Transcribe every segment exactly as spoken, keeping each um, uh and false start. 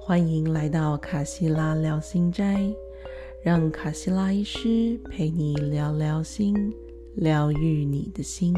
欢迎来到卡西拉聊心斋，让卡西拉医师陪你聊聊心，疗愈你的心。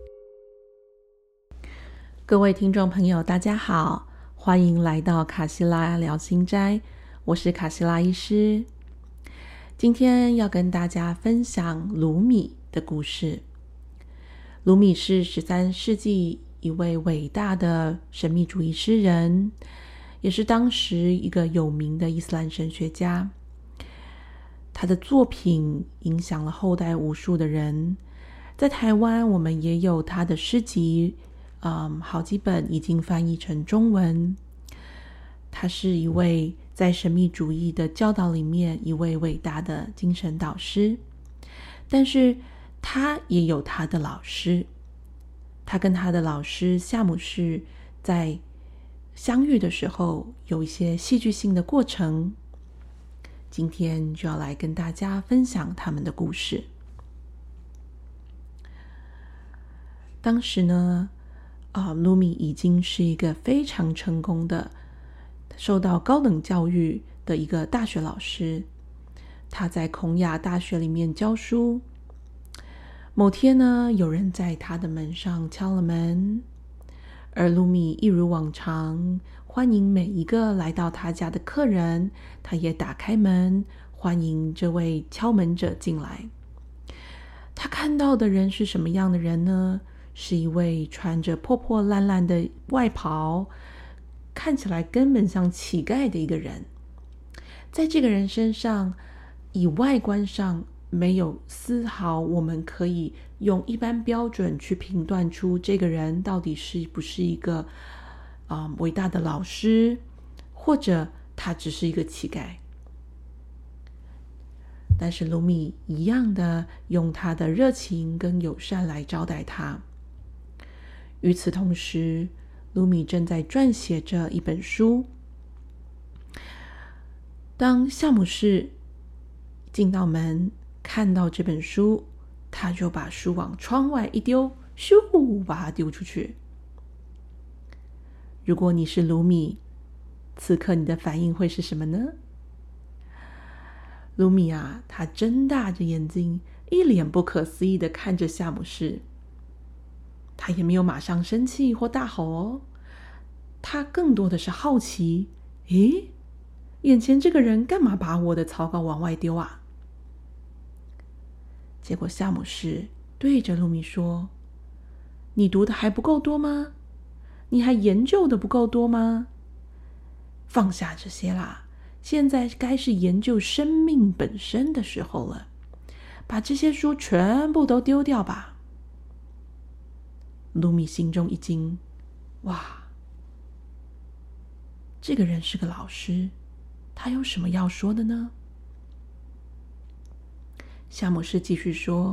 各位听众朋友大家好，欢迎来到卡西拉聊心斋，我是卡西拉医师。今天要跟大家分享鲁米的故事。鲁米是十三世纪一位伟大的神秘主义诗人，也是当时一个有名的伊斯兰神学家。他的作品影响了后代无数的人，在台湾我们也有他的诗集，嗯，好几本已经翻译成中文。他是一位在神秘主义的教导里面一位伟大的精神导师，但是他也有他的老师。他跟他的老师夏姆士在相遇的时候有一些戏剧性的过程，今天就要来跟大家分享他们的故事。当时呢，啊，鲁米已经是一个非常成功的受到高等教育的一个大学老师，他在孔雅大学里面教书。某天呢，有人在他的门上敲了门，而鲁米一如往常欢迎每一个来到他家的客人，他也打开门欢迎这位敲门者进来。他看到的人是什么样的人呢？是一位穿着破破烂烂的外袍，看起来根本像乞丐的一个人。在这个人身上，以外观上没有丝毫我们可以用一般标准去评断出这个人到底是不是一个、呃、伟大的老师，或者他只是一个乞丐。但是鲁米一样的用他的热情跟友善来招待他。与此同时，鲁米正在撰写着一本书。当夏姆士进到门看到这本书，他就把书往窗外一丢，咻，把它丢出去。如果你是鲁米，此刻你的反应会是什么呢？鲁米啊，他睁大着眼睛，一脸不可思议地看着夏姆士。他也没有马上生气或大吼哦，他更多的是好奇，诶，眼前这个人干嘛把我的草稿往外丢啊？结果夏姆士对着鲁米说，你读的还不够多吗？你还研究的不够多吗？放下这些啦，现在该是研究生命本身的时候了，把这些书全部都丢掉吧。鲁米心中一惊，哇，这个人是个老师，他有什么要说的呢？夏姆士继续说，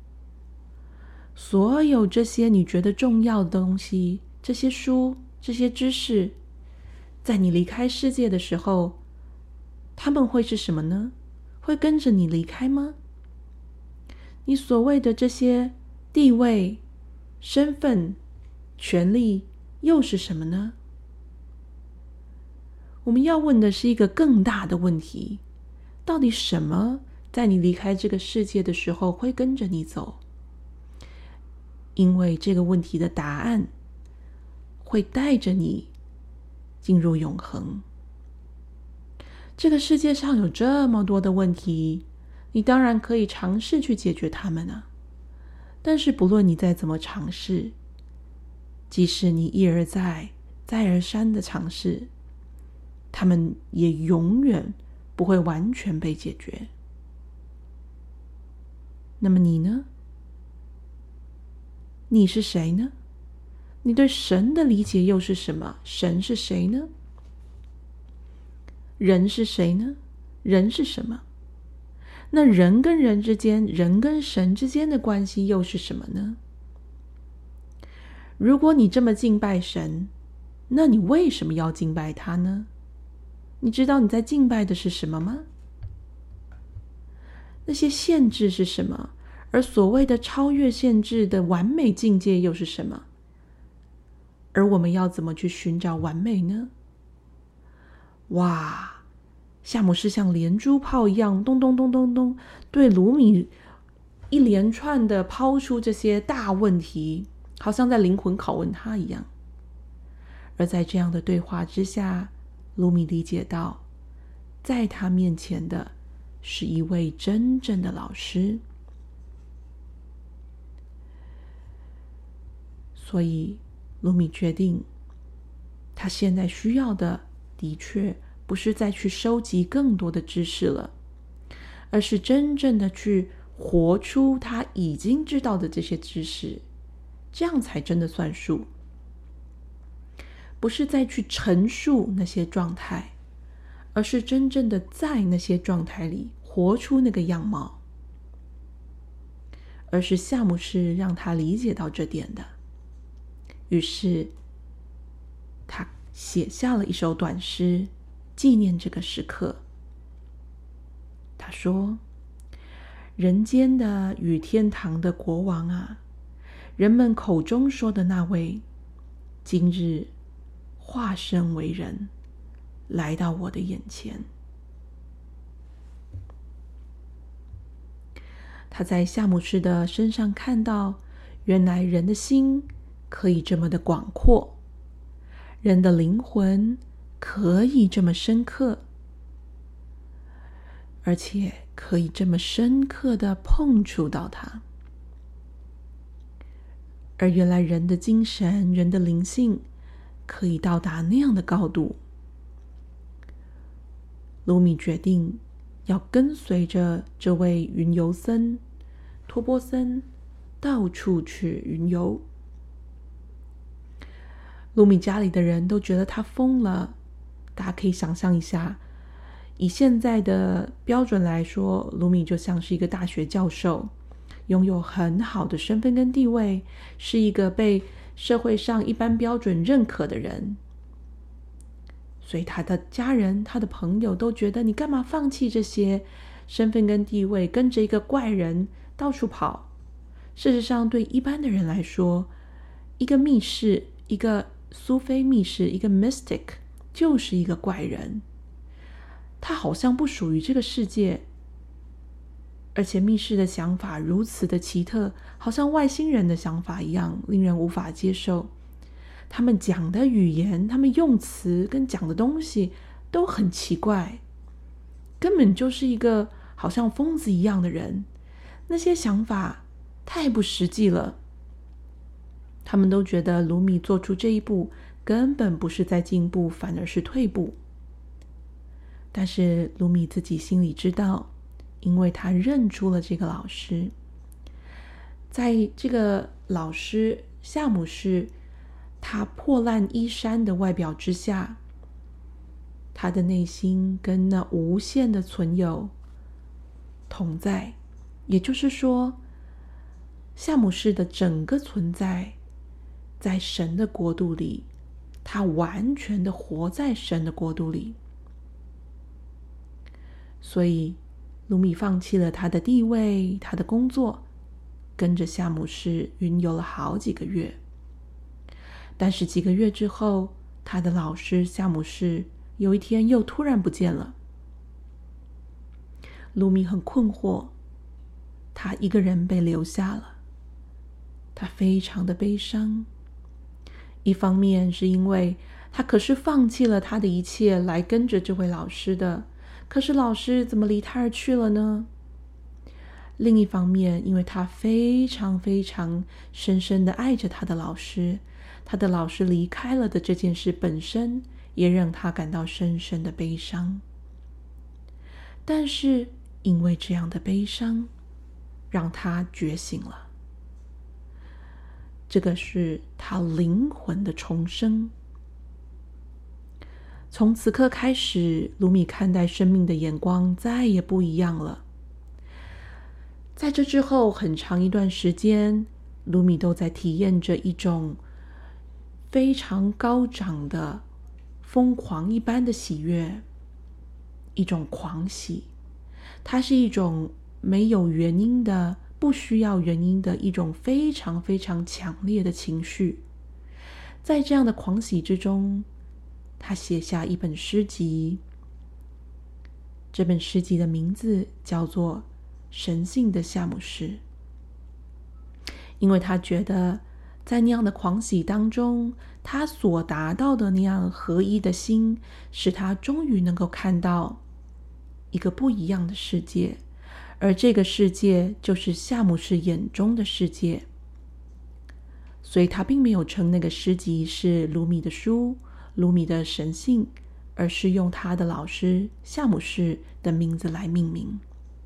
所有这些你觉得重要的东西，这些书，这些知识，在你离开世界的时候，他们会是什么呢？会跟着你离开吗？你所谓的这些地位、身份、权利又是什么呢？我们要问的是一个更大的问题，到底什么在你离开这个世界的时候会跟着你走？因为这个问题的答案会带着你进入永恒。这个世界上有这么多的问题，你当然可以尝试去解决它们啊。但是不论你再怎么尝试，即使你一而再、再而三的尝试，他们也永远不会完全被解决。那么你呢？你是谁呢？你对神的理解又是什么？神是谁呢？人是谁呢？人是什么？那人跟人之间，人跟神之间的关系又是什么呢？如果你这么敬拜神，那你为什么要敬拜他呢？你知道你在敬拜的是什么吗？那些限制是什么？而所谓的超越限制的完美境界又是什么？而我们要怎么去寻找完美呢？ 哇，夏姆士像连珠炮一样咚咚咚咚咚对鲁米一连串的抛出这些大问题，好像在灵魂拷问他一样。而在这样的对话之下，鲁米理解到，在他面前的是一位真正的老师。所以鲁米决定，他现在需要的的确不是再去收集更多的知识了，而是真正的去活出他已经知道的这些知识，这样才真的算数。不是再去陈述那些状态，而是真正的在那些状态里活出那个样貌。而是夏姆士让他理解到这点的。于是他写下了一首短诗，纪念这个时刻。他说：人间的与天堂的国王啊，人们口中说的那位，今日化身为人，来到我的眼前。他在夏姆士的身上看到，原来人的心可以这么的广阔，人的灵魂可以这么深刻，而且可以这么深刻的碰触到它。而原来人的精神，人的灵性可以到达那样的高度。鲁米决定要跟随着这位云游僧托波森到处去云游。鲁米家里的人都觉得他疯了。大家可以想象一下，以现在的标准来说，鲁米就像是一个大学教授，拥有很好的身份跟地位，是一个被社会上一般标准认可的人。所以他的家人，他的朋友都觉得，你干嘛放弃这些身份跟地位，跟着一个怪人到处跑？事实上，对一般的人来说，一个密室，一个苏菲密室，一个 mystic 就是一个怪人，他好像不属于这个世界。而且密室的想法如此的奇特，好像外星人的想法一样，令人无法接受。他们讲的语言，他们用词跟讲的东西都很奇怪，根本就是一个好像疯子一样的人。那些想法太不实际了。他们都觉得鲁米做出这一步根本不是在进步，反而是退步。但是鲁米自己心里知道，因为他认出了这个老师。在这个老师夏姆士他破烂衣衫的外表之下，他的内心跟那无限的存有同在。也就是说，夏姆士的整个存在在神的国度里，他完全的活在神的国度里。所以鲁米放弃了他的地位，他的工作，跟着夏姆士云游了好几个月。但是几个月之后，他的老师夏姆士有一天又突然不见了。鲁米很困惑，他一个人被留下了。他非常的悲伤，一方面是因为他可是放弃了他的一切来跟着这位老师的，可是老师怎么离他而去了呢？另一方面，因为他非常非常深深的爱着他的老师，他的老师离开了的这件事本身也让他感到深深的悲伤。但是因为这样的悲伤，让他觉醒了。这个是他灵魂的重生。从此刻开始，鲁米看待生命的眼光再也不一样了。在这之后很长一段时间，鲁米都在体验着一种非常高涨的疯狂一般的喜悦，一种狂喜。它是一种没有原因的，不需要原因的一种非常非常强烈的情绪。在这样的狂喜之中， 他写下一本诗集，这本诗集的名字叫做《神性的夏姆士》。因为他觉得在那样的狂喜当中，他所达到的那样合一的心，使他终于能够看到一个不一样的世界，而这个世界就是夏姆士眼中的世界。所以他并没有称那个诗集是鲁米的书，鲁米的神性，而是用他的老师夏姆士的名字来命名。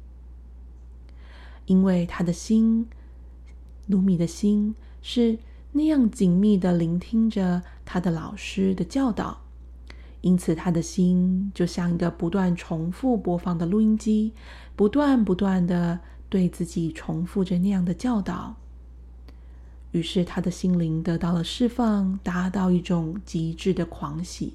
因为他的心，鲁米的心是那样紧密地聆听着他的老师的教导，因此他的心就像一个不断重复播放的录音机，不断不断地对自己重复着那样的教导。于是他的心灵得到了释放，达到一种极致的狂喜。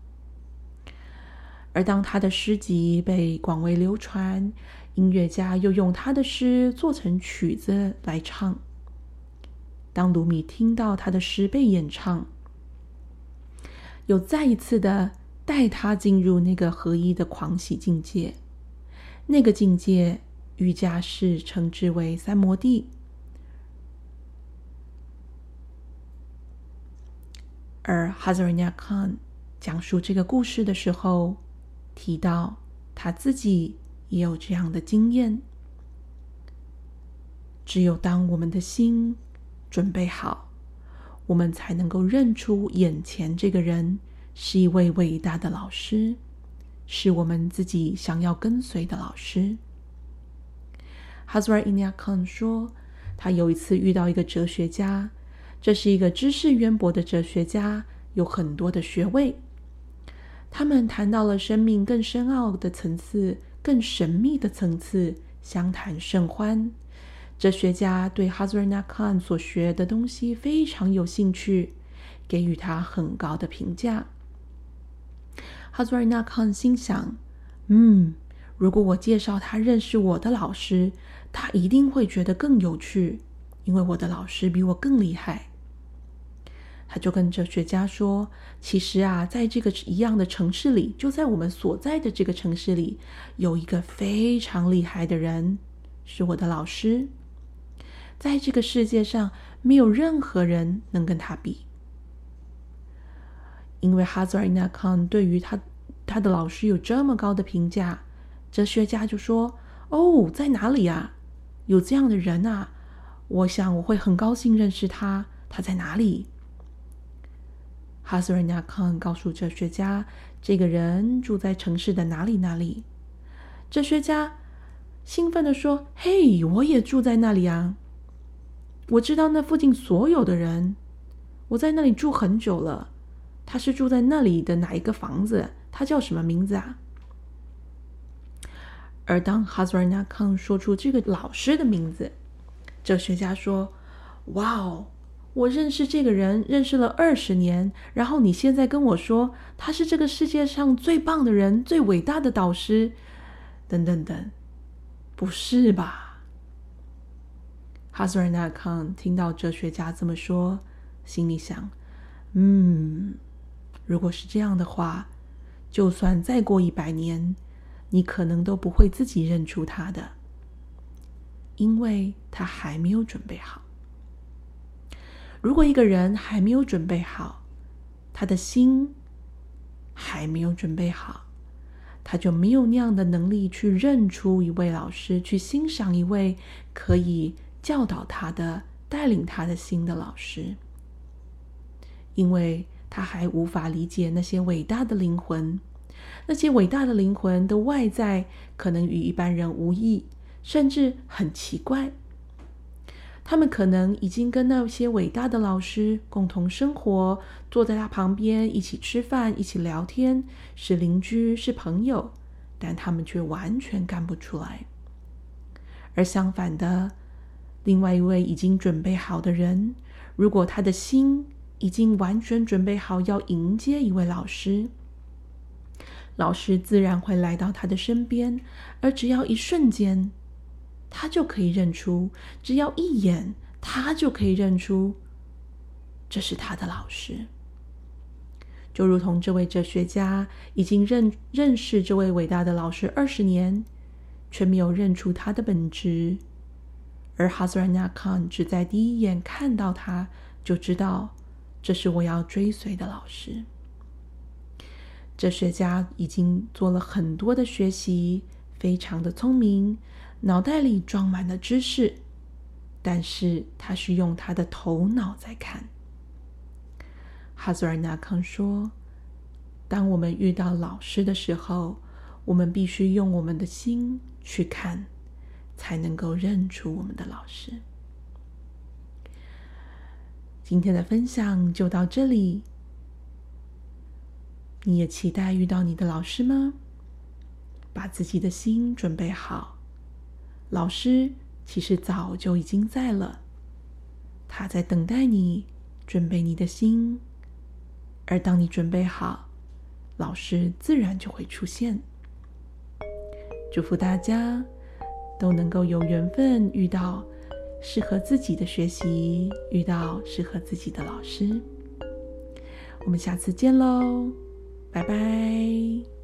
而当他的诗集被广为流传，音乐家又用他的诗做成曲子来唱。当鲁米听到他的诗被演唱，又再一次的带他进入那个合一的狂喜境界。那个境界，瑜伽士称之为三摩地。而 Hazaranya Khan 讲述这个故事的时候，提到他自己也有这样的经验。只有当我们的心准备好，我们才能够认出眼前这个人是一位伟大的老师，是我们自己想要跟随的老师。Hazaranya Khan 说，他有一次遇到一个哲学家，这是一个知识渊博的哲学家，有很多的学位。他们谈到了生命更深奥的层次，更神秘的层次，相谈甚欢。哲学家对 Hazaranya Khan 所学的东西非常有兴趣，给予他很高的评价。Hazaranya Khan 心想，嗯，如果我介绍他认识我的老师，他一定会觉得更有趣，因为我的老师比我更厉害。他就跟哲学家说，其实啊，在这个一样的城市里，就在我们所在的这个城市里，有一个非常厉害的人，是我的老师。在这个世界上，没有任何人能跟他比。因为 Hazaranya Khan 对于他他的老师有这么高的评价，哲学家就说，哦，在哪里啊？有这样的人啊，我想我会很高兴认识他，他在哪里？Hazaranya Khan 告诉哲学家，这个人住在城市的哪里哪里。哲学家兴奋地说，嘿，我也住在那里啊，我知道那附近所有的人，我在那里住很久了。他是住在那里的哪一个房子？他叫什么名字啊？而当 Hazaranya Khan 说出这个老师的名字，哲学家说，哇哦，我认识这个人认识了二十年，然后你现在跟我说他是这个世界上最棒的人，最伟大的导师，等等等，不是吧？ Hazaranya Khan 听到哲学家这么说，心里想，嗯，如果是这样的话，就算再过一百年，你可能都不会自己认出他的，因为他还没有准备好。如果一个人还没有准备好，他的心还没有准备好，他就没有那样的能力去认出一位老师，去欣赏一位可以教导他的、带领他的心的老师，因为他还无法理解那些伟大的灵魂，那些伟大的灵魂的外在可能与一般人无异，甚至很奇怪。他们可能已经跟那些伟大的老师共同生活，坐在他旁边一起吃饭，一起聊天，是邻居，是朋友，但他们却完全干不出来。而相反的，另外一位已经准备好的人，如果他的心已经完全准备好要迎接一位老师，老师自然会来到他的身边，而只要一瞬间，他就可以认出，只要一眼，他就可以认出，这是他的老师。 就如同这位哲学家已经认认识这位伟大的老师二十年，却没有认出他的本质，而 Hazrat Khan 只在第一眼看到他就知道这是我要追随的老师。哲学家已经做了很多的学习，非常的聪明，脑袋里装满了知识，但是他是用他的头脑在看。Hazrat Khan 说，当我们遇到老师的时候，我们必须用我们的心去看，才能够认出我们的老师。今天的分享就到这里，你也期待遇到你的老师吗？把自己的心准备好，老师其实早就已经在了，他在等待你准备你的心，而当你准备好，老师自然就会出现。祝福大家都能够有缘分遇到适合自己的学习，遇到适合自己的老师。我们下次见喽，拜拜。